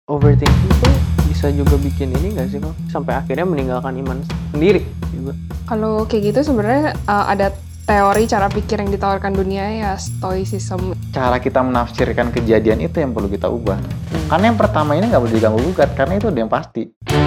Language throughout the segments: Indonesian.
overthinking tuh bisa juga bikin ini nggak sih kok? Sampai akhirnya meninggalkan iman sendiri juga. Kalau kayak gitu sebenarnya ada teori cara pikir yang ditawarkan dunia ya stoicism. Cara kita menafsirkan kejadian itu yang perlu kita ubah. Karena yang pertama ini nggak boleh diganggu gugat, karena itu udah yang pasti.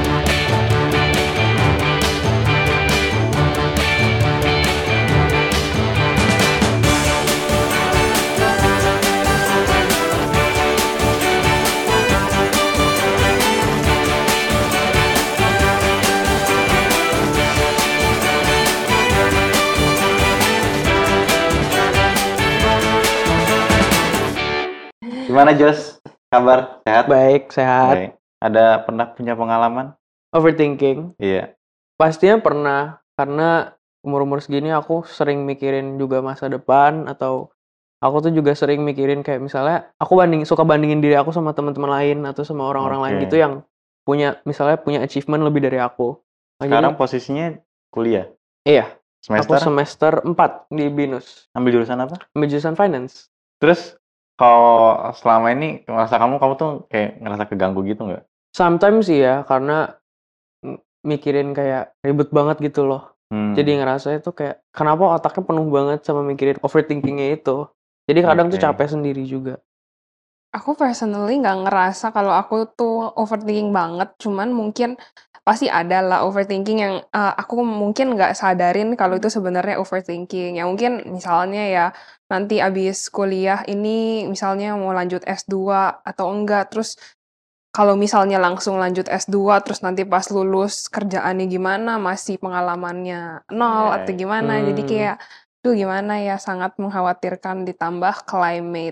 Gimana Jos? Kabar? Sehat? Baik, sehat. Baik. Ada pernah punya pengalaman? Overthinking. Iya. Pastinya pernah, karena umur-umur segini aku sering mikirin juga masa depan, atau aku tuh juga sering mikirin kayak misalnya aku suka bandingin diri aku sama teman-teman lain atau sama orang-orang lain Oke. gitu yang misalnya punya achievement lebih dari aku. Nah, Sekarang posisinya kuliah? iya, aku Semester? semester 4 di BINUS, Ambil jurusan apa? ambil jurusan finance. Terus kalau selama ini kamu tuh kayak ngerasa keganggu gitu nggak? Sometimes sih ya, karena mikirin kayak ribet banget gitu loh. Jadi ngerasa itu kayak kenapa otaknya penuh banget sama mikirin overthinkingnya itu. Jadi kadang tuh Oke. capek sendiri juga. Aku personally nggak ngerasa kalau aku tuh overthinking banget, cuman mungkin pasti ada lah overthinking yang aku mungkin nggak sadarin kalau itu sebenarnya overthinking. Ya mungkin misalnya ya nanti abis kuliah ini misalnya mau lanjut S2 atau enggak, terus kalau misalnya langsung lanjut S2 terus nanti pas lulus kerjaannya gimana, masih pengalamannya nol atau gimana. Jadi kayak tuh gimana ya, sangat mengkhawatirkan ditambah climate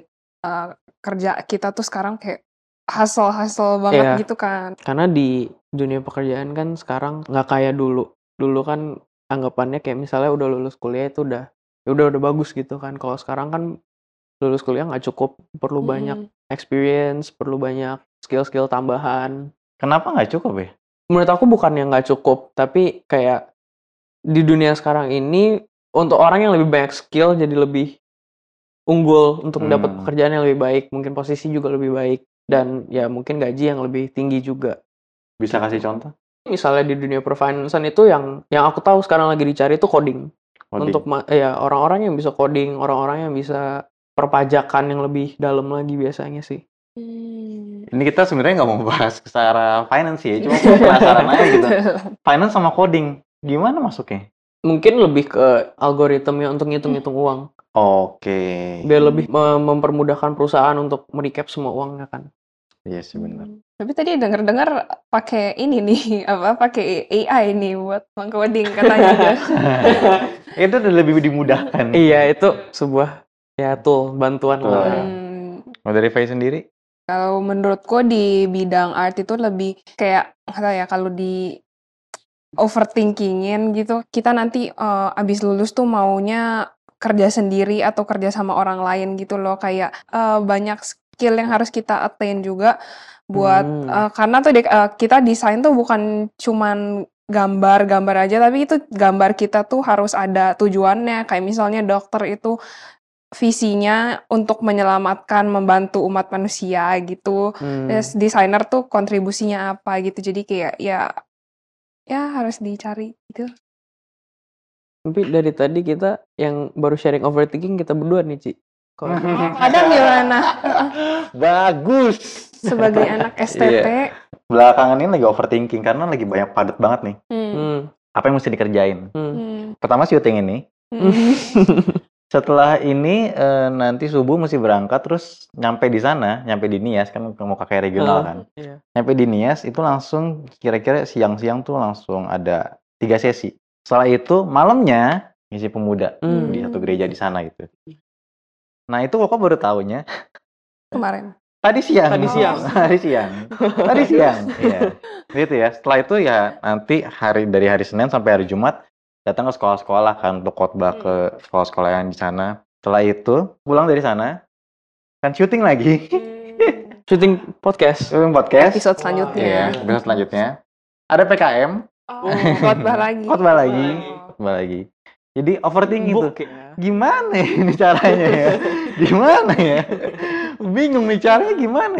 kerja kita tuh sekarang kayak hustle banget Iya. gitu kan. Karena di dunia pekerjaan kan sekarang nggak kayak dulu. Dulu kan anggapannya kayak misalnya udah lulus kuliah itu udah bagus gitu kan. Kalau sekarang kan lulus kuliah nggak cukup, perlu banyak experience, perlu banyak skill-skill tambahan. Kenapa nggak cukup ya? Menurut aku bukan yang nggak cukup, tapi kayak di dunia sekarang ini untuk orang yang lebih banyak skill jadi lebih unggul untuk mendapat pekerjaan yang lebih baik, mungkin posisi juga lebih baik, dan ya mungkin gaji yang lebih tinggi juga. Bisa kasih contoh? Misalnya di dunia perfinancean itu yang aku tahu sekarang lagi dicari itu coding. Untuk orang-orang yang bisa coding, orang-orang yang bisa perpajakan yang lebih dalam lagi biasanya sih. Ini kita sebenarnya nggak mau bahas secara finance ya, cuma penasaran aja gitu. Finance sama coding, gimana masuknya? Mungkin lebih ke algoritmnya untuk ngitung-ngitung uang. Oke. Biar lebih mempermudahkan perusahaan untuk merecap semua uangnya kan. Iya sih benar. Tapi tadi dengar pakai ini nih, pakai AI nih buat mengcoding katanya. Itu udah lebih dimudahkan. Iya, itu sebuah tool bantuan lah. Mau dari Fai sendiri? Kalau menurutku di bidang art itu lebih kayak kalau di overthinkingin gitu, kita nanti abis lulus tuh maunya kerja sendiri atau kerja sama orang lain gitu loh, kayak banyak skill yang harus kita attain juga buat karena tuh kita desain tuh bukan cuman gambar aja, tapi itu gambar kita tuh harus ada tujuannya, kayak misalnya dokter itu visinya untuk menyelamatkan, membantu umat manusia gitu. Terus desainer tuh kontribusinya apa gitu. Jadi kayak ya harus dicari gitu. Tapi dari tadi kita yang baru sharing overthinking kita berdua nih, Ci. Kadang gimana? Bagus. Sebagai anak STT. Belakangan ini lagi overthinking karena lagi banyak padat banget nih. Apa yang mesti dikerjain? Pertama syuting ini. Setelah ini nanti subuh mesti berangkat, terus nyampe di Nias kan mau kakek regional kan. Nyampe di Nias itu langsung kira-kira siang-siang tuh langsung ada 3 sesi. Setelah itu malamnya ngisi pemuda di satu gereja di sana gitu. Nah itu kok baru tahunya Kemarin. Tadi siang. Iya. Gitu ya. Setelah itu ya nanti dari hari Senin sampai hari Jumat datang ke sekolah-sekolah kan untuk khotbah ke sekolah-sekolah yang di sana. Setelah itu pulang dari sana kan syuting lagi. Syuting podcast. Episode selanjutnya. Iya, episode selanjutnya. Ada PKM. Khotbah lagi. Jadi overthinking tuh. Gimana ini caranya ya? Bingung nih caranya gimana ya?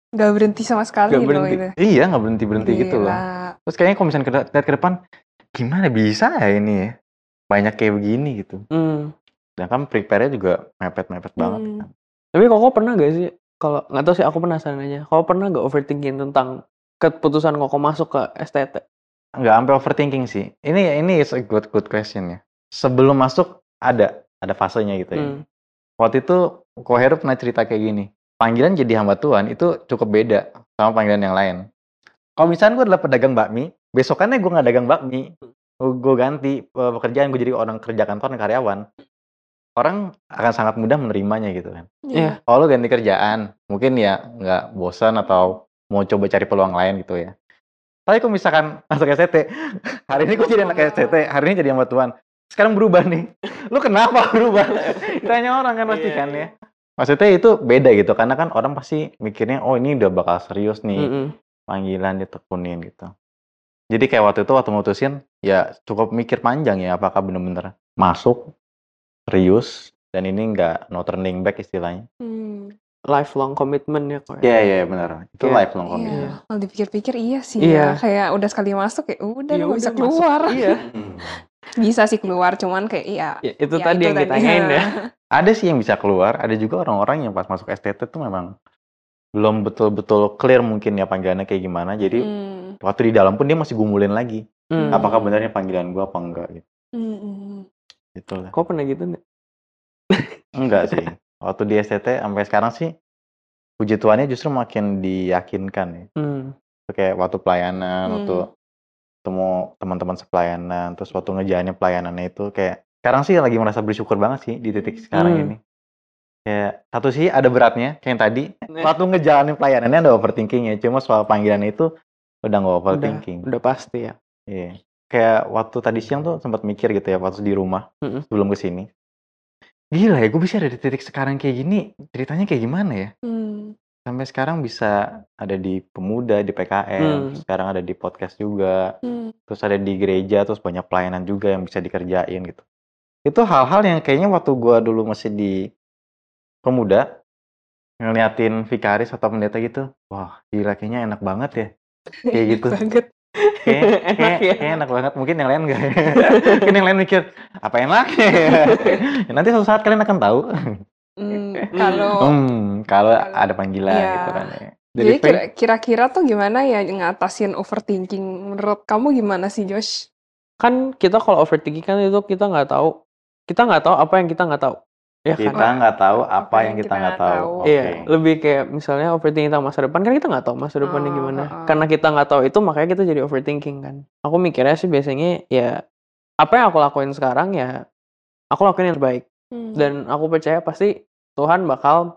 Nggak berhenti sama sekali Nggak loh berhenti. itu. Iya, nggak berhenti-berhenti gitu loh. Gila. Terus kayaknya kalau misalnya lihat ke depan, gimana bisa ya ini ya? Banyak kayak begini gitu. Dan kan prepare-nya juga mepet-mepet banget kan. Tapi Koko pernah gak sih, kalau nggak tahu sih aku penasaran aja, Koko pernah gak overthinking tentang keputusan Koko masuk ke STT? Nggak sampai overthinking sih. Ini is a good question ya. Sebelum masuk ada fasenya gitu ya. Waktu itu Ko Heru pernah cerita kayak gini. Panggilan jadi hamba Tuhan itu cukup beda sama panggilan yang lain. Kalau misalnya gue adalah pedagang bakmi, besokannya gue nggak dagang bakmi, gue ganti pekerjaan, gue jadi orang kerja kantor dan karyawan. Orang akan sangat mudah menerimanya gitu kan. Iya. Kalau lo ganti kerjaan, mungkin ya nggak bosan atau mau coba cari peluang lain gitu ya. Tapi kalau misalkan masuk STT, hari ini gue jadi anak STT, hari ini jadi hamba Tuhan. Sekarang berubah nih. Lu kenapa berubah? Tanya orang kan pasti kan ya. Maksudnya itu beda gitu, karena kan orang pasti mikirnya, oh ini udah bakal serius nih, panggilan ditekunin gitu. Jadi kayak waktu itu, waktu mutusin, ya cukup mikir panjang ya, apakah bener-bener masuk, serius, dan ini nggak no turning back istilahnya. Lifelong commitment ya kok. Iya benar. Itu lifelong commitment. Kalau dipikir-pikir iya sih ya. Kayak udah sekali masuk ya udah lu bisa keluar. Iya. Bisa sih keluar, cuman kayak itu tadi yang ditanyain ya. Ada sih yang bisa keluar, ada juga orang-orang yang pas masuk STT tuh memang belum betul-betul clear mungkin ya panggilannya kayak gimana. Jadi waktu di dalam pun dia masih gumulin lagi. Apakah benarnya panggilan gua apa enggak gitu. Gitu lah. Kok pernah gitu nggak? Enggak sih. Waktu di STT sampai sekarang sih puji Tuhannya justru makin diyakinkan ya. Kayak waktu pelayanan, waktu ketemu teman-teman sepelayanan, terus waktu ngejalanin pelayanannya itu kayak sekarang sih lagi merasa bersyukur banget sih di titik sekarang ini. Kayak satu sih ada beratnya kayak yang tadi, waktu ngejalanin pelayanannya ada overthinking ya, cuma soal panggilan itu udah nggak overthinking. Udah pasti ya. Iya. Kayak waktu tadi siang tuh sempat mikir gitu ya waktu di rumah sebelum kesini. Gila ya, gue bisa ada di titik sekarang kayak gini, ceritanya kayak gimana ya? Sampai sekarang bisa ada di pemuda, di PKM, sekarang ada di podcast juga, terus ada di gereja, terus banyak pelayanan juga yang bisa dikerjain gitu. Itu hal-hal yang kayaknya waktu gue dulu masih di pemuda, ngeliatin vikaris atau pendeta gitu, wah gila kayaknya enak banget ya, kayak gitu. Kayak enak banget. Mungkin yang lain enggak ya. Mungkin yang lain mikir, apa enaknya ya? Nanti suatu saat kalian akan tahu. Kalau ada panggilan gitu kan ya. Jadi kira-kira tuh gimana ya ngatasin overthinking? Menurut kamu gimana sih, Josh? Kan kita kalau overthinking kan itu kita nggak tahu apa yang kita nggak tahu. Ya kita nggak tahu apa yang kita nggak tahu. Iya, lebih kayak misalnya overthinking tentang masa depan, kan kita nggak tahu masa depannya gimana. Karena kita nggak tahu itu, makanya kita jadi overthinking kan. Aku mikirnya sih biasanya ya apa yang aku lakuin sekarang ya aku lakuin yang terbaik. Dan aku percaya pasti Tuhan bakal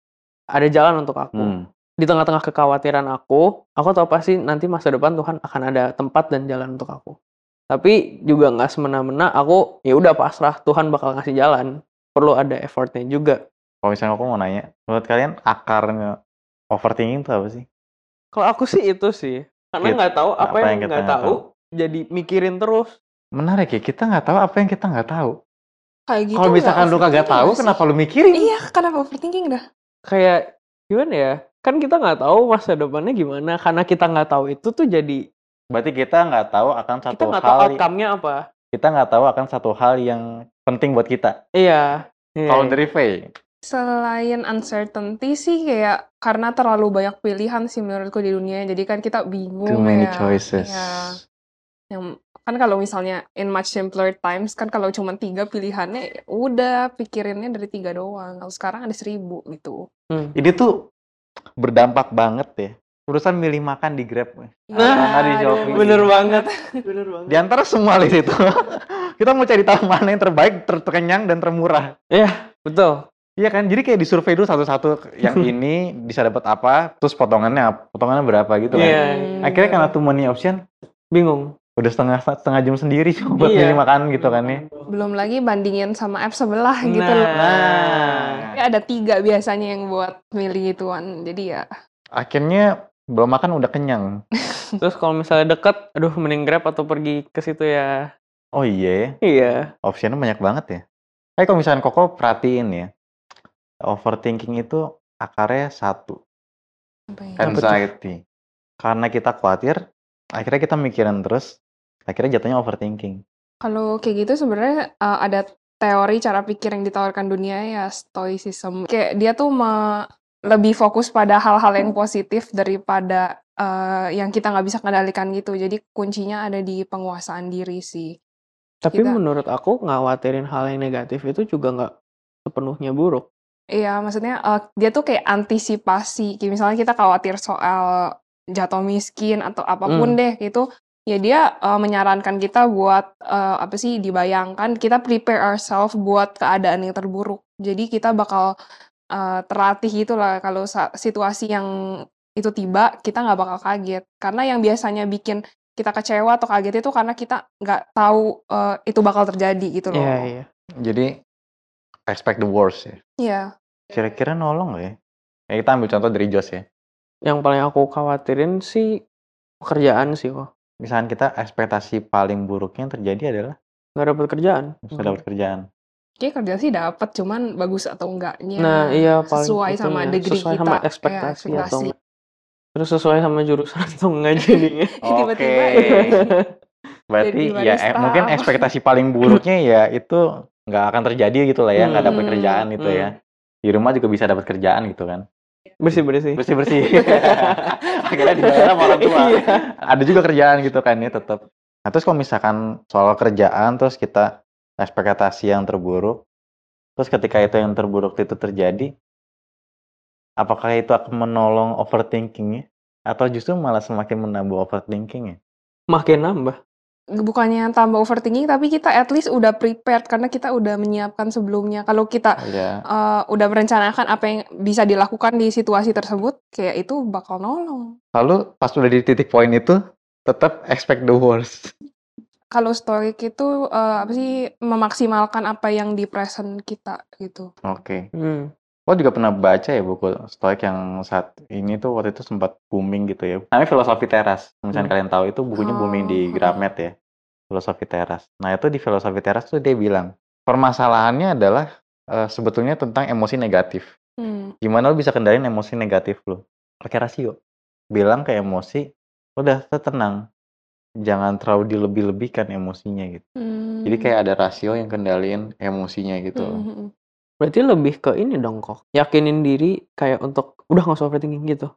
ada jalan untuk aku. Di tengah-tengah kekhawatiran aku tahu pasti nanti masa depan Tuhan akan ada tempat dan jalan untuk aku. Tapi juga nggak semena-mena aku ya udah pasrah, Tuhan bakal ngasih jalan. Perlu ada effortnya juga. Kalau misalnya aku mau nanya, menurut kalian akarnya overthinking itu apa sih? Kalau aku sih itu sih, karena nggak tahu apa yang nggak tahu, jadi mikirin terus. Menarik ya, kita nggak tahu apa yang kita nggak tahu. Kayak gitu. Kalau misalkan lu kagak tahu, kenapa lu mikirin? Iya, kenapa overthinking dah? Kayak gimana ya? Kan kita nggak tahu masa depannya gimana, karena kita nggak tahu itu tuh jadi. Berarti kita nggak tahu akan satu hal. Kita nggak tahu outcome-nya apa. Kita nggak tahu akan satu hal yang penting buat kita. Iya. Kalau dari Faye? Selain uncertainty sih kayak karena terlalu banyak pilihan sih menurutku di dunia. Jadi kan kita bingung ya. Too many choices. Ya. Yang kan kalau misalnya in much simpler times kan kalau cuma 3 pilihannya udah pikirinnya dari 3 doang. Kalau sekarang ada 1000 gitu. Ini tuh berdampak banget ya. Urusan milih makan di Grab. Nah, di Shopee. Bener banget. Di antara semua list itu, kita mau cari tahu mana yang terbaik, terkenyang, dan termurah. Iya, betul. Iya kan, jadi kayak disurvey dulu satu-satu, yang ini bisa dapat apa, terus potongannya berapa gitu kan. Akhirnya karena too many option, bingung. Udah setengah jam sendiri buat milih makan gitu kan ya. Belum lagi bandingin sama app sebelah gitu loh. Ya, ada 3 biasanya yang buat milih ituan, jadi ya. Akhirnya belum makan udah kenyang. Terus kalau misalnya deket, aduh mending Grab atau pergi ke situ ya. Oh iya. Iya. Optionnya banyak banget ya. Kalau misalnya Koko perhatiin ya, overthinking itu akarnya 1. Apa ya? Apa tuh? Anxiety. Karena kita khawatir, akhirnya kita mikirin terus, akhirnya jatuhnya overthinking. Kalau kayak gitu sebenarnya ada teori cara pikir yang ditawarkan dunia ya stoicism. Kayak dia tuh lebih fokus pada hal-hal yang positif daripada yang kita nggak bisa kendalikan gitu. Jadi kuncinya ada di penguasaan diri sih. Tapi Kita, menurut aku ngawatirin hal yang negatif itu juga nggak sepenuhnya buruk. iya maksudnya dia tuh kayak antisipasi. Kayak misalnya kita khawatir soal jatuh miskin atau apapun deh gitu. Ya dia menyarankan kita buat apa sih dibayangkan kita prepare ourselves buat keadaan yang terburuk. Jadi kita bakal terlatih gitu lah kalau situasi yang itu tiba kita nggak bakal kaget. Karena yang biasanya bikin kita kecewa atau kaget itu karena kita nggak tahu itu bakal terjadi gitu Iya, loh. iya. Jadi expect the worst ya. Iya. Kira-kira nolong nggak ya? Ya kita ambil contoh dari Jos ya. Yang paling aku khawatirin sih pekerjaan sih kok. Misalkan kita ekspektasi paling buruknya yang terjadi adalah Nggak dapat kerjaan. bisa dapat kerjaan. Kayak kerja sih dapat, cuman bagus atau enggaknya Nah, iya paling sesuai sama itunya, degree sesuai kita. sama Ya, ekspektasi atau ekspektasi. enggak. Terus sesuai sama jurusan atau enggak jadinya. Tiba-tiba Berarti jadi ya barista mungkin apa. ekspektasi paling buruknya ya itu nggak akan terjadi gitu lah ya, nggak dapat kerjaan gitu ya. Di rumah juga bisa dapat kerjaan gitu kan. Bersih-bersih. Bersih-bersih. Akhirnya dibayar sama orang tua. Iya. Ada juga kerjaan gitu kan ya tetap. Nah, terus kalau misalkan soal kerjaan terus kita ekspektasi yang terburuk, terus ketika itu yang terburuk itu terjadi, apakah itu akan menolong overthinking-nya? Atau justru malah semakin menambah overthinking-nya? Makin nambah. Bukannya tambah overthinking, tapi kita at least udah prepared karena kita udah menyiapkan sebelumnya. Kalau kita Iya. udah merencanakan apa yang bisa dilakukan di situasi tersebut, kayak itu bakal nolong. Lalu pas udah di titik poin itu, tetap expect the worst. Kalau stoik itu apa sih memaksimalkan apa yang di present kita gitu. Oke. Lo juga pernah baca ya buku stoik yang saat ini tuh waktu itu sempat booming gitu ya. Namanya Filosofi Teras. Misalnya kalian tahu itu bukunya booming di Gramet ya. Filosofi Teras. Nah itu di Filosofi Teras tuh dia bilang, permasalahannya adalah sebetulnya tentang emosi negatif. Gimana lo bisa kendaliin emosi negatif lo? Pakai rasio. Bilang ke emosi, udah tenang. Jangan terlalu dilebih-lebihkan emosinya gitu. Jadi kayak ada rasio yang kendaliin emosinya gitu. Berarti lebih ke ini dong kok. Yakinin diri kayak untuk udah nggak usah overthinking gitu.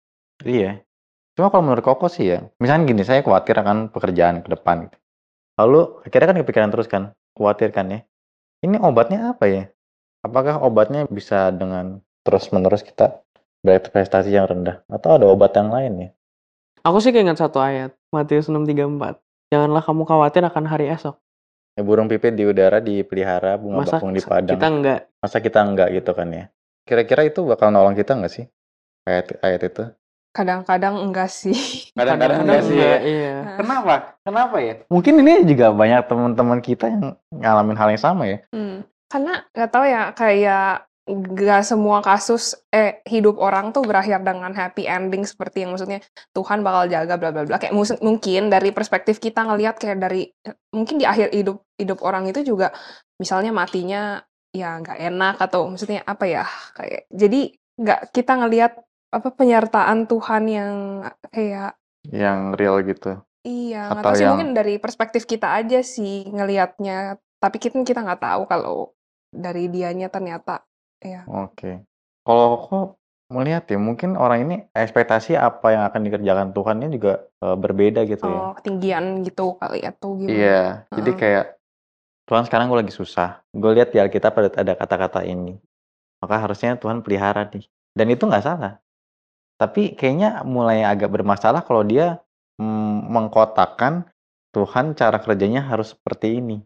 Iya. Cuma kalau menurut Koko sih ya, misalnya gini, saya khawatir akan pekerjaan ke depan. Gitu. Lalu akhirnya kan kepikiran terus kan, khawatir kan ya. Ini obatnya apa ya? Apakah obatnya bisa dengan terus-menerus kita berekspektasi yang rendah? Atau ada obat yang lain ya? Aku sih keinget satu ayat, Matius 6:34. Janganlah kamu khawatir akan hari esok. Ya, burung pipit di udara dipelihara, bunga bakung di padang. Kita enggak? Masa kita enggak gitu kan ya? Kira-kira itu bakal nolong kita nggak sih? Ayat itu? Kadang-kadang enggak sih. Kadang-kadang enggak sih ya? Iya. Kenapa ya? Mungkin ini juga banyak teman-teman kita yang ngalamin hal yang sama ya? Karena nggak tahu ya, kayak nggak semua kasus hidup orang tuh berakhir dengan happy ending seperti yang maksudnya Tuhan bakal jaga bla bla bla. Kayak mungkin dari perspektif kita ngelihat kayak dari mungkin di akhir hidup orang itu juga misalnya matinya ya nggak enak atau maksudnya apa ya, kayak jadi nggak kita ngelihat apa penyertaan Tuhan yang kayak Yang real gitu. iya, nggak Atau tahu sih yang mungkin dari perspektif kita aja sih ngelihatnya. Tapi kita nggak tahu kalau dari dianya ternyata ya. Oke. Kalau kok melihat ya, mungkin orang ini ekspektasi apa yang akan dikerjakan Tuhannya juga berbeda gitu ya. Oh, ketinggian gitu kali atau gimana? Iya, jadi kayak Tuhan sekarang gue lagi susah. Gue lihat di Alkitab ada kata-kata ini. Maka harusnya Tuhan pelihara nih. Dan itu nggak salah. Tapi kayaknya mulai agak bermasalah kalau dia mengkotakkan Tuhan cara kerjanya harus seperti ini.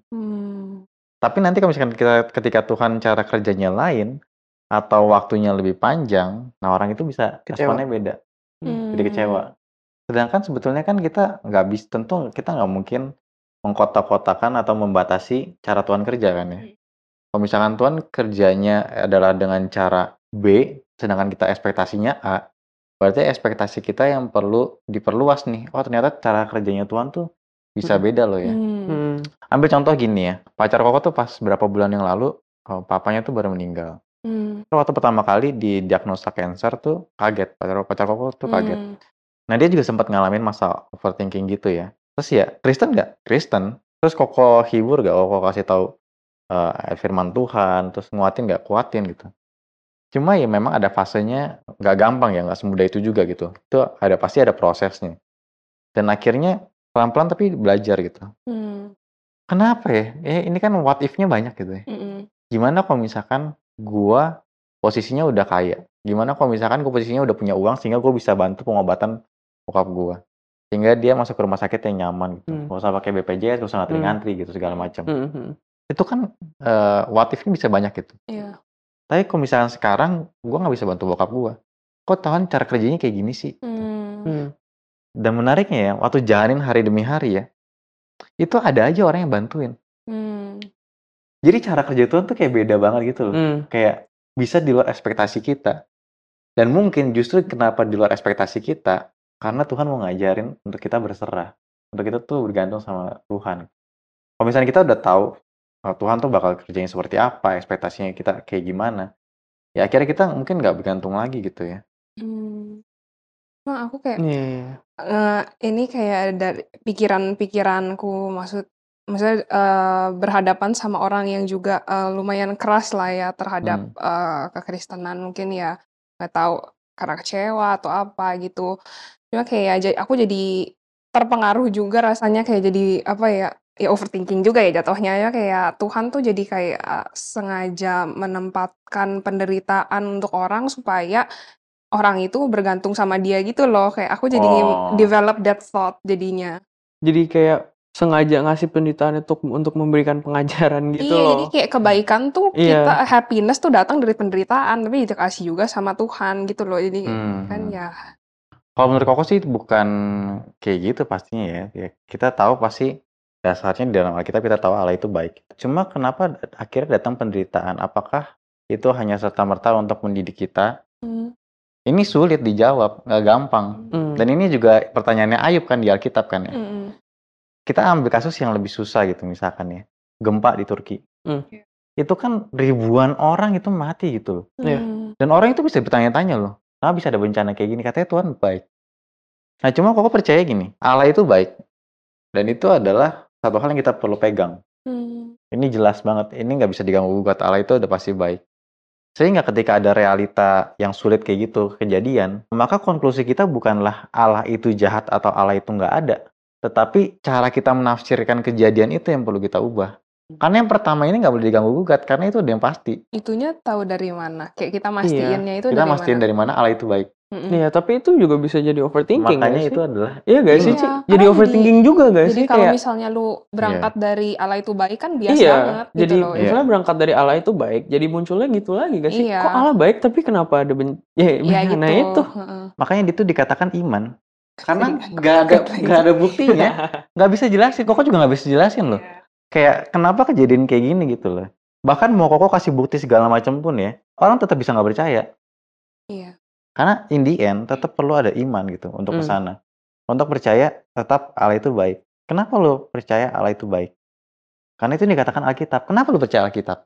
Tapi nanti kalau misalkan ketika Tuhan cara kerjanya lain atau waktunya lebih panjang, nah orang itu bisa responnya beda, jadi kecewa. Sedangkan sebetulnya kan kita nggak bisa, tentu kita nggak mungkin mengkotak-kotakan atau membatasi cara Tuhan kerja kan ya. Kalau misalkan Tuhan kerjanya adalah dengan cara B, sedangkan kita ekspektasinya A, berarti ekspektasi kita yang perlu diperluas nih. Oh ternyata cara kerjanya Tuhan tuh bisa beda loh ya. Ambil contoh gini ya, pacar Koko tuh pas berapa bulan yang lalu, papanya tuh baru meninggal. Waktu pertama kali didiagnosa cancer tuh kaget, pacar Koko tuh kaget. Mmm. Nah, dia juga sempat ngalamin masa overthinking gitu ya. Terus ya Kristen nggak? Kristen. Terus Koko hibur nggak? Koko kasih tahu firman Tuhan, terus nguatin nggak? Kuatin gitu. Cuma ya memang ada fasenya, nggak gampang ya, nggak semudah itu juga gitu. Itu pasti ada prosesnya. Dan akhirnya pelan-pelan tapi belajar gitu. Kenapa ya? Ini kan what if-nya banyak gitu ya. Gimana kalau misalkan gua posisinya udah kaya? Gimana kalau misalkan gua posisinya udah punya uang sehingga gua bisa bantu pengobatan bokap gua? Sehingga dia masuk ke rumah sakit yang nyaman gitu. Nggak usah pakai BPJS, nggak usah ngantri-ngantri gitu segala macam. Itu kan what if-nya bisa banyak gitu. Iya. Tapi kalau misalkan sekarang gua nggak bisa bantu bokap gua. Kok Tuhan cara kerjanya kayak gini sih? Dan menariknya ya, waktu jalanin hari demi hari ya, itu ada aja orang yang bantuin. Jadi cara kerja Tuhan tuh kayak beda banget gitu loh. Kayak bisa di luar ekspektasi kita. Dan mungkin justru kenapa di luar ekspektasi kita, karena Tuhan mau ngajarin untuk kita berserah. Untuk kita tuh bergantung sama Tuhan. Kalau misalnya kita udah tahu Tuhan tuh bakal kerjanya seperti apa, ekspektasinya kita kayak gimana, ya akhirnya kita mungkin nggak bergantung lagi gitu ya. Nah, aku kayak Iya. ini kayak dari pikiran-pikiranku, maksudnya berhadapan sama orang yang juga lumayan keras lah ya terhadap kekristenan, mungkin ya nggak tahu karena kecewa atau apa gitu. Cuma kayak aku jadi terpengaruh juga rasanya, kayak jadi apa ya, ya overthinking juga ya jatuhnya ya, kayak Tuhan tuh jadi kayak sengaja menempatkan penderitaan untuk orang supaya orang itu bergantung sama dia gitu loh, kayak aku jadi Oh. develop that thought jadinya. Jadi kayak sengaja ngasih penderitaan untuk memberikan pengajaran gitu Iya, jadi loh. kayak kebaikan tuh Iya. kita happiness tuh datang dari penderitaan, tapi dikasih juga sama Tuhan gitu loh. Jadi kan ya. Kalau menurut Koko sih bukan kayak gitu pastinya ya. Ya, kita tahu pasti dasarnya di dalam Alkitab kita tahu Allah itu baik. Cuma kenapa akhirnya datang penderitaan? Apakah itu hanya serta-merta untuk mendidik kita? Ini sulit dijawab, nggak gampang. Dan ini juga pertanyaannya Ayub kan di Alkitab kan ya. Kita ambil kasus yang lebih susah gitu misalkan ya. Gempa di Turki. Itu kan ribuan orang itu mati gitu loh. Dan orang itu bisa bertanya-tanya loh. Kenapa bisa ada bencana kayak gini? Katanya Tuhan baik. Nah cuma Koko percaya gini, Allah itu baik. Dan itu adalah satu hal yang kita perlu pegang. Ini jelas banget, ini nggak bisa diganggu gugat, Allah itu udah pasti baik. Sehingga ketika ada realita yang sulit kayak gitu kejadian, maka konklusi kita bukanlah Allah itu jahat atau Allah itu nggak ada. Tetapi cara kita menafsirkan kejadian itu yang perlu kita ubah. Karena yang pertama ini nggak boleh diganggu gugat, karena itu udah yang pasti. Itunya tahu dari mana? Kayak kita mastiinnya itu Kita dari mastiin mana? dari mana Allah itu baik. Iya, tapi itu juga bisa jadi overthinking Makanya nggak sih? itu adalah Iya nggak sih, Ci? Iya, Jadi karena overthinking juga nggak jadi sih? kalau Kayak misalnya lu berangkat dari Allah itu baik kan bias iya, banget gitu jadi loh. misalnya berangkat dari Allah itu baik, jadi munculnya gitu lagi nggak sih? Iya. Kok Allah baik tapi kenapa ada Iya gitu. nah itu. Makanya itu dikatakan iman. Karena nggak ada buktinya, nggak bisa jelasin. Koko juga nggak bisa jelasin loh. Kayak kenapa kejadian kayak gini gitu loh. Bahkan mau Koko kasih bukti segala macam pun ya, orang tetap bisa nggak percaya. Iya. Karena in the end tetap perlu ada iman gitu untuk kesana. Untuk percaya tetap Allah itu baik. Kenapa lo percaya Allah itu baik? Karena itu dikatakan Alkitab. Kenapa lo percaya Alkitab?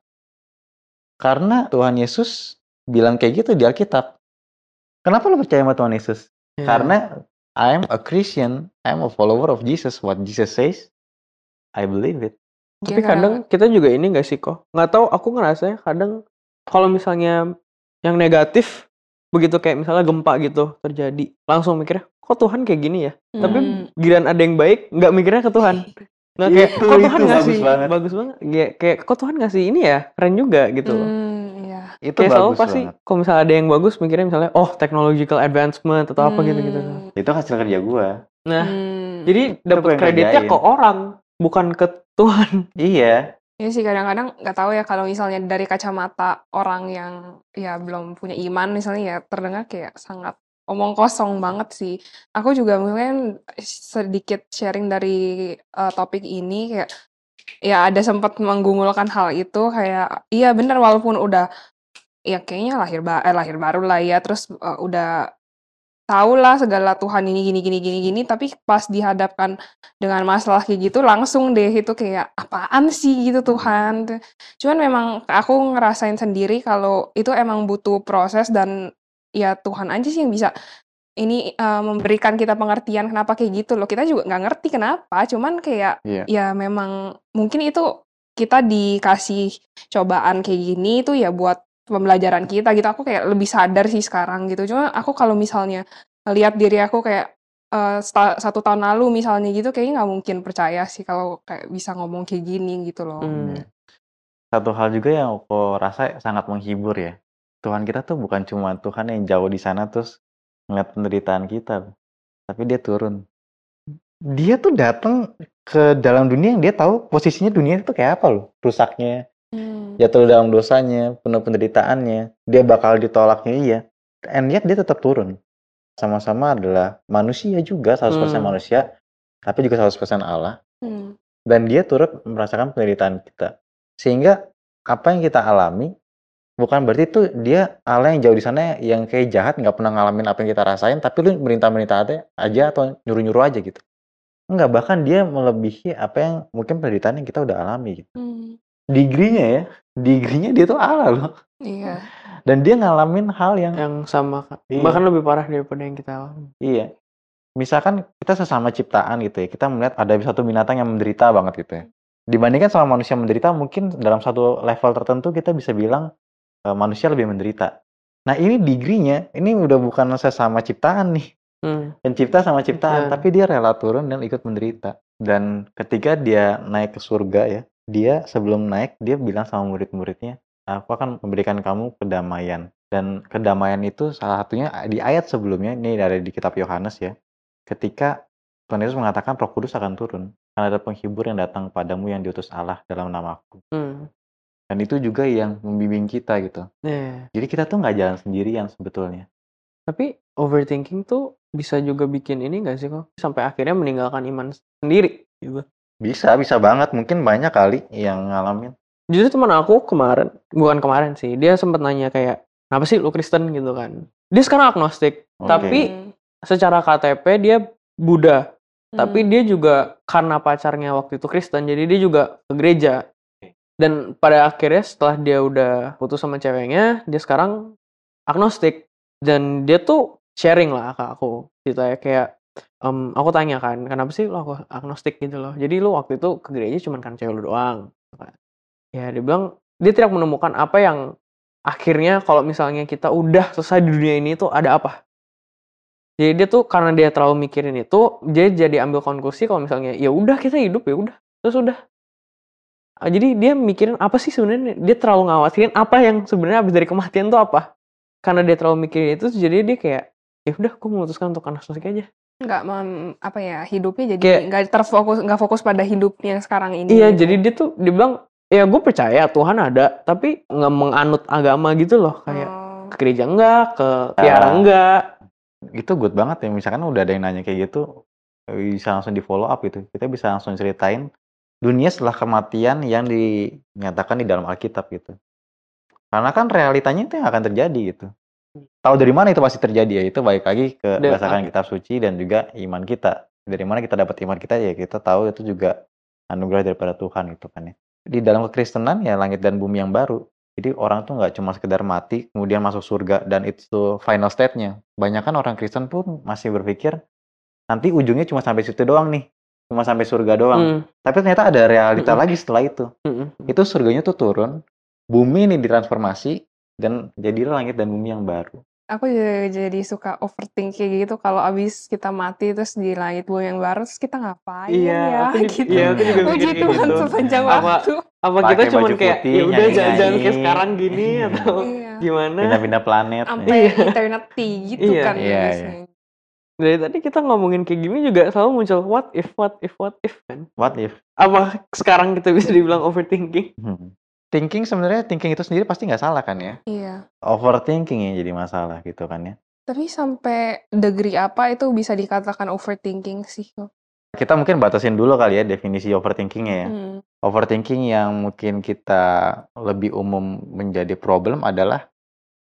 Karena Tuhan Yesus bilang kayak gitu di Alkitab. Kenapa lo percaya sama Tuhan Yesus? Karena I'm a Christian, I'm a follower of Jesus. What Jesus says, I believe it. Tapi kadang kita juga ini nggak sih kok? Nggak tahu, aku ngerasa kadang kalau misalnya yang negatif, begitu kayak misalnya gempa gitu terjadi, langsung mikirnya, kok Tuhan kayak gini ya? Tapi giliran ada yang baik, nggak mikirnya ke Tuhan. Nah kayak, kok Tuhan ngasih, bagus banget. Kayak, kok Tuhan ngasih ini ya, keren juga gitu loh. Iya. Itu kayak selalu bagus pasti, banget. kalau misalnya ada yang bagus, mikirnya misalnya, oh technological advancement atau apa gitu-gitu. Itu hasil kerja gua. Nah, jadi dapat kreditnya ke orang, bukan ke Tuhan. Iya. Ya sih kadang-kadang nggak tahu ya kalau misalnya dari kacamata orang yang ya belum punya iman misalnya ya terdengar kayak sangat omong kosong banget sih. Aku juga mungkin sedikit sharing dari topik ini, kayak ya ada sempat menggumulkan hal itu, kayak iya benar walaupun udah ya kayaknya lahir baru lah ya, terus udah tahulah segala Tuhan ini gini, tapi pas dihadapkan dengan masalah kayak gitu langsung deh itu kayak, "Apaan sih gitu Tuhan?" Cuman memang aku ngerasain sendiri kalau itu emang butuh proses dan ya Tuhan aja sih yang bisa memberikan kita pengertian kenapa kayak gitu loh. Kita juga nggak ngerti kenapa, cuman kayak Iya. ya memang mungkin itu kita dikasih cobaan kayak gini itu ya buat pembelajaran kita gitu. Aku kayak lebih sadar sih sekarang gitu. Cuma aku kalau misalnya ngelihat diri aku kayak 1 tahun lalu misalnya gitu, kayaknya nggak mungkin percaya sih kalau kayak bisa ngomong kayak gini gitu loh. Iya. Satu hal juga yang aku rasa sangat menghibur ya, Tuhan kita tuh bukan cuma Tuhan yang jauh di sana terus ngeliat penderitaan kita, tapi dia turun. Dia tuh datang ke dalam dunia yang dia tahu posisinya dunia itu kayak apa loh, rusaknya, jatuh dalam dosanya, penuh penderitaannya, dia bakal ditolaknya iya, and yet dia tetap turun. Sama-sama adalah manusia juga, 100% manusia, tapi juga 100% Allah. Dan dia turut merasakan penderitaan kita. Sehingga apa yang kita alami bukan berarti tuh dia Allah yang jauh di sana yang kayak jahat nggak pernah ngalamin apa yang kita rasain, tapi lu merintah-merintah aja atau nyuruh-nyuruh aja gitu. Enggak, bahkan dia melebihi apa yang mungkin penderitaan yang kita udah alami gitu. Degree-nya dia tuh Allah loh. Iya. Dan dia ngalamin hal yang sama, Iya. bahkan lebih parah daripada yang kita alami. Iya. Misalkan kita sesama ciptaan gitu ya, kita melihat ada satu binatang yang menderita banget gitu ya. Dibandingkan sama manusia menderita, mungkin dalam satu level tertentu kita bisa bilang manusia lebih menderita. Nah ini degree-nya, ini udah bukan sesama ciptaan nih. Pencipta sama ciptaan, tapi dia rela turun dan ikut menderita. Dan ketika dia naik ke surga ya, dia sebelum naik, dia bilang sama murid-muridnya, aku akan memberikan kamu kedamaian. Dan kedamaian itu salah satunya di ayat sebelumnya, ini dari di kitab Yohanes ya, ketika Tuhan Yesus mengatakan Roh Kudus akan turun, karena ada penghibur yang datang padamu yang diutus Allah dalam namaku. Dan itu juga yang membimbing kita gitu. Jadi kita tuh nggak jalan sendirian sebetulnya. Tapi overthinking tuh bisa juga bikin ini nggak sih kok? Sampai akhirnya meninggalkan iman sendiri gitu. Bisa banget. Mungkin banyak kali yang ngalamin. Justru teman aku bukan kemarin sih, dia sempat nanya kayak, kenapa sih lu Kristen gitu kan? Dia sekarang agnostik, tapi secara KTP dia Buddha. Tapi dia juga karena pacarnya waktu itu Kristen, jadi dia juga ke gereja. Dan pada akhirnya setelah dia udah putus sama ceweknya, dia sekarang agnostik. Dan dia tuh sharing lah ke aku gitu ya, kayak aku tanya kan, kenapa sih lo agnostik gitu loh, jadi lu waktu itu ke gereja cuma kan cewek lu doang. Ya dia bilang dia tidak menemukan apa yang akhirnya kalau misalnya kita udah selesai di dunia ini tuh ada apa. Jadi dia tuh karena dia terlalu mikirin itu, dia jadi ambil konklusi kalau misalnya ya udah kita hidup ya udah, terus udah. Jadi dia mikirin apa sih sebenarnya, dia terlalu ngawasiin apa yang sebenarnya habis dari kematian tuh apa. Karena dia terlalu mikirin itu, jadi dia kayak ya udah, gue memutuskan untuk agnostik aja. Nggak hidupnya jadi nggak fokus pada hidupnya yang sekarang ini. Iya, gitu. Jadi dia bilang ya gue percaya Tuhan ada, tapi nggak menganut agama gitu loh, kayak ke gereja enggak, ke tiara enggak. Itu good banget ya, misalkan udah ada yang nanya kayak gitu, bisa langsung di follow up gitu. Kita bisa langsung ceritain dunia setelah kematian yang dinyatakan di dalam Alkitab gitu. Karena kan realitanya itu yang akan terjadi gitu. Tahu dari mana itu pasti terjadi ya, itu balik lagi ke berdasarkan kitab suci dan juga iman kita. Dari mana kita dapat iman kita ya, kita tahu itu juga anugerah daripada Tuhan gitu kan ya. Di dalam kekristenan ya langit dan bumi yang baru. Jadi orang tuh nggak cuma sekedar mati kemudian masuk surga dan itu final state-nya. Banyak kan orang Kristen pun masih berpikir nanti ujungnya cuma sampai situ doang nih, cuma sampai surga doang. Tapi ternyata ada realita lagi setelah itu. Itu surganya tuh turun, bumi ini ditransformasi dan jadilah langit dan bumi yang baru. Aku jadi suka overthink kayak gitu kalau abis kita mati terus di langit bumi yang baru terus kita ngapain ya gitu. Iya, aku juga Puji mikir Tuhan gitu. sepanjang waktu. Apa kita cuma kayak ya udah jalan-jalan kayak sekarang gini atau gimana? Pindah-pindah planet. Sampai eternity gitu kan. Iya. Dari tadi kita ngomongin kayak gini juga selalu muncul what if kan? What if? Apa sekarang kita bisa dibilang overthinking? Thinking itu sendiri pasti nggak salah kan ya? Iya. Overthinking yang jadi masalah gitu kan ya. Tapi sampai degree apa itu bisa dikatakan overthinking sih? Kita mungkin batasin dulu kali ya definisi overthinkingnya ya. Overthinking yang mungkin kita lebih umum menjadi problem adalah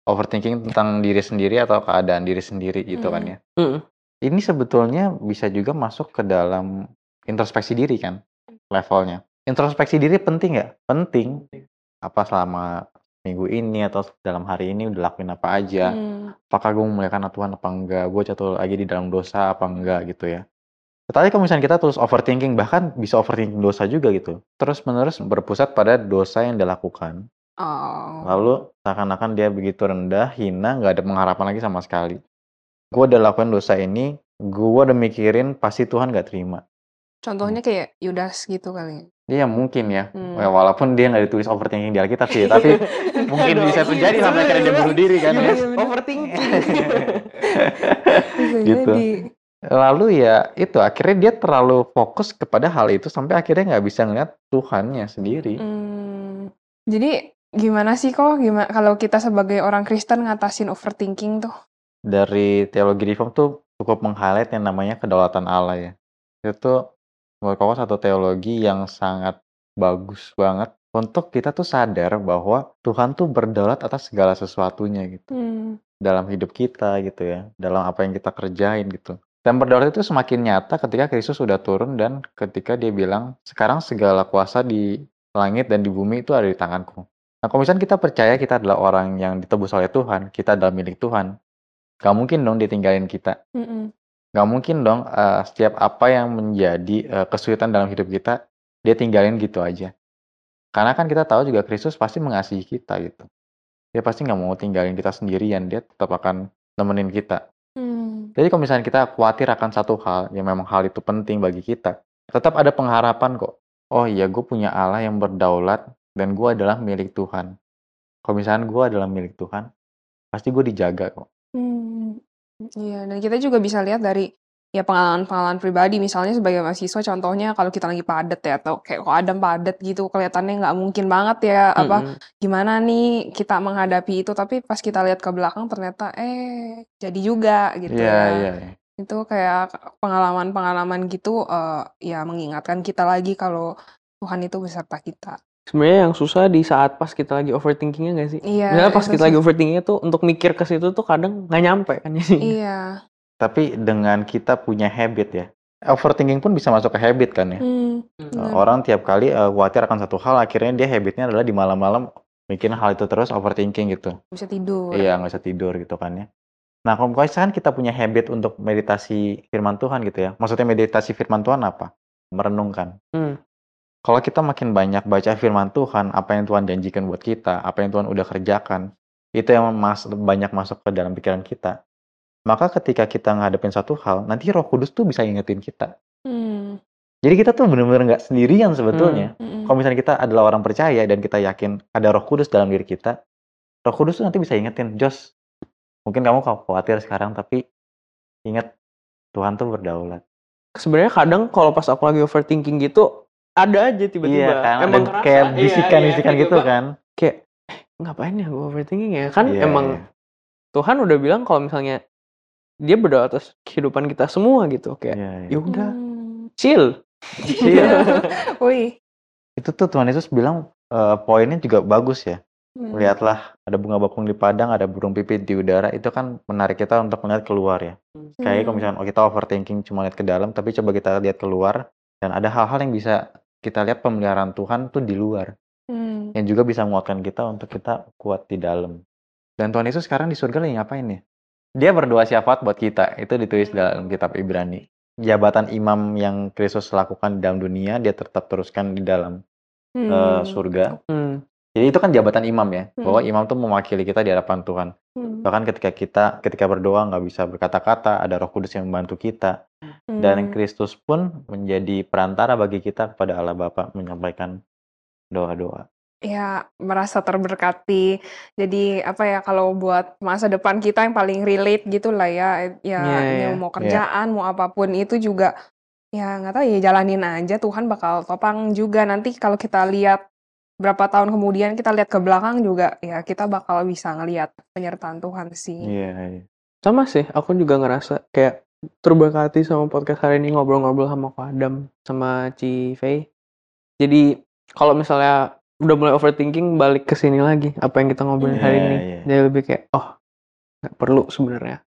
overthinking tentang diri sendiri atau keadaan diri sendiri gitu kan ya. Ini sebetulnya bisa juga masuk ke dalam introspeksi diri kan levelnya. Introspeksi diri penting nggak? Penting. Apa selama minggu ini atau dalam hari ini udah lakuin apa aja? Apakah gue memuliakan Tuhan apa enggak? Gue jatuh lagi di dalam dosa apa enggak gitu ya. Tetapi kalau misalnya kita terus overthinking, bahkan bisa overthinking dosa juga gitu. Terus menerus berpusat pada dosa yang dilakukan. Lalu seakan-akan dia begitu rendah, hina, nggak ada pengharapan lagi sama sekali. Gue udah lakukan dosa ini, gue udah mikirin pasti Tuhan nggak terima. Contohnya kayak Yudas gitu kali. Iya mungkin ya. Walaupun dia nggak ditulis overthinking di Alkitab sih, tapi mungkin bisa terjadi sampai akhirnya dia bunuh diri kan ya. Overthinking. Gitu. Lalu ya itu akhirnya dia terlalu fokus kepada hal itu sampai akhirnya nggak bisa ngeliat Tuhannya sendiri. Jadi gimana sih gimana kalau kita sebagai orang Kristen ngatasin overthinking tuh? Dari teologi reform tuh cukup meng-highlight yang namanya kedaulatan Allah ya. Itu menurut aku satu teologi yang sangat bagus banget untuk kita tuh sadar bahwa Tuhan tuh berdaulat atas segala sesuatunya gitu. Dalam hidup kita gitu ya, dalam apa yang kita kerjain gitu. Dan berdaulat itu semakin nyata ketika Kristus sudah turun dan ketika dia bilang, sekarang segala kuasa di langit dan di bumi itu ada di tanganku. Nah, kalau misalnya kita percaya kita adalah orang yang ditebus oleh Tuhan, kita adalah milik Tuhan, gak mungkin dong dia tinggalin kita. Gak mungkin dong setiap apa yang menjadi kesulitan dalam hidup kita, dia tinggalin gitu aja. Karena kan kita tahu juga Kristus pasti mengasihi kita gitu. Dia pasti gak mau tinggalin kita sendirian, dia tetap akan nemenin kita. Jadi kalau misalnya kita khawatir akan satu hal, yang memang hal itu penting bagi kita, tetap ada pengharapan kok. Oh iya, gue punya Allah yang berdaulat, dan gue adalah milik Tuhan. Kalau misalnya gue adalah milik Tuhan, pasti gue dijaga kok. Iya, dan kita juga bisa lihat dari ya pengalaman-pengalaman pribadi, misalnya sebagai mahasiswa contohnya kalau kita lagi padat ya, atau kayak kok Adam padat gitu, kelihatannya nggak mungkin banget ya, gimana nih kita menghadapi itu, tapi pas kita lihat ke belakang ternyata jadi juga gitu ya. Itu kayak pengalaman-pengalaman gitu ya mengingatkan kita lagi kalau Tuhan itu beserta kita. Sebenarnya yang susah di saat pas kita lagi overthinkingnya nggak sih? Iya, misalnya pas kita lagi overthinkingnya tuh untuk mikir ke situ tuh kadang nggak nyampe kan jadinya. Iya. Tapi dengan kita punya habit ya, overthinking pun bisa masuk ke habit kan ya. Orang tiap kali khawatir akan satu hal, akhirnya dia habitnya adalah di malam-malam mikirin hal itu terus, overthinking gitu. Bisa tidur. Iya, nggak bisa tidur gitu kan ya. Nah, kalau misalkan kita punya habit untuk meditasi firman Tuhan gitu ya. Maksudnya meditasi firman Tuhan apa? Merenungkan. Kalau kita makin banyak baca firman Tuhan, apa yang Tuhan janjikan buat kita, apa yang Tuhan udah kerjakan, itu yang banyak masuk ke dalam pikiran kita. Maka ketika kita ngadepin satu hal, nanti Roh Kudus tuh bisa ingetin kita. Jadi kita tuh benar-benar nggak sendirian sebetulnya. Kalau misalnya kita adalah orang percaya dan kita yakin ada Roh Kudus dalam diri kita, Roh Kudus tuh nanti bisa ingetin, Jos, mungkin kamu khawatir sekarang, tapi ingat Tuhan tuh berdaulat. Sebenarnya kadang kalau pas aku lagi overthinking gitu, ada aja tiba-tiba. Iya kan, emang kayak bisikan-bisikan gitu kan. Kayak, ngapain ya gue overthinking ya? Kan emang Tuhan udah bilang kalau misalnya dia berdaulat atas kehidupan kita semua gitu. Kayak, yaudah, chill. Wih. Itu tuh Tuhan Yesus bilang poinnya juga bagus ya. Lihatlah, ada bunga bakung di padang, ada burung pipit di udara. Itu kan menarik kita untuk melihat keluar ya. Kayak kalau misalnya kita overthinking cuma lihat ke dalam, tapi coba kita lihat keluar. Dan ada hal-hal yang bisa kita lihat pemeliharaan Tuhan tuh di luar. Yang juga bisa menguatkan kita untuk kita kuat di dalam. Dan Tuhan Yesus sekarang di surga lagi ngapain ya? Dia berdoa syafaat buat kita. Itu ditulis dalam kitab Ibrani. Jabatan imam yang Kristus lakukan di dalam dunia, dia tetap teruskan di dalam surga. Jadi itu kan jabatan imam ya. Bahwa imam tuh mewakili kita di hadapan Tuhan. Bahkan ketika berdoa nggak bisa berkata-kata, ada Roh Kudus yang membantu kita. Dan Kristus pun menjadi perantara bagi kita kepada Allah Bapa menyampaikan doa-doa. Ya, merasa terberkati. Jadi apa ya, kalau buat masa depan kita yang paling relate gitu lah ya. Ya mau kerjaan, mau apapun itu juga ya nggak tahu ya, jalanin aja, Tuhan bakal topang juga. Nanti kalau kita lihat berapa tahun kemudian, kita lihat ke belakang juga ya kita bakal bisa ngelihat penyertaan Tuhan sih. Iya. Sama sih, aku juga ngerasa kayak terberkati sama podcast hari ini, ngobrol-ngobrol sama Ko Adam sama Ci Fei. Jadi kalau misalnya udah mulai overthinking balik ke sini lagi, apa yang kita ngobrolin hari Iya, ini. iya. Jadi lebih kayak, oh nggak perlu sebenarnya.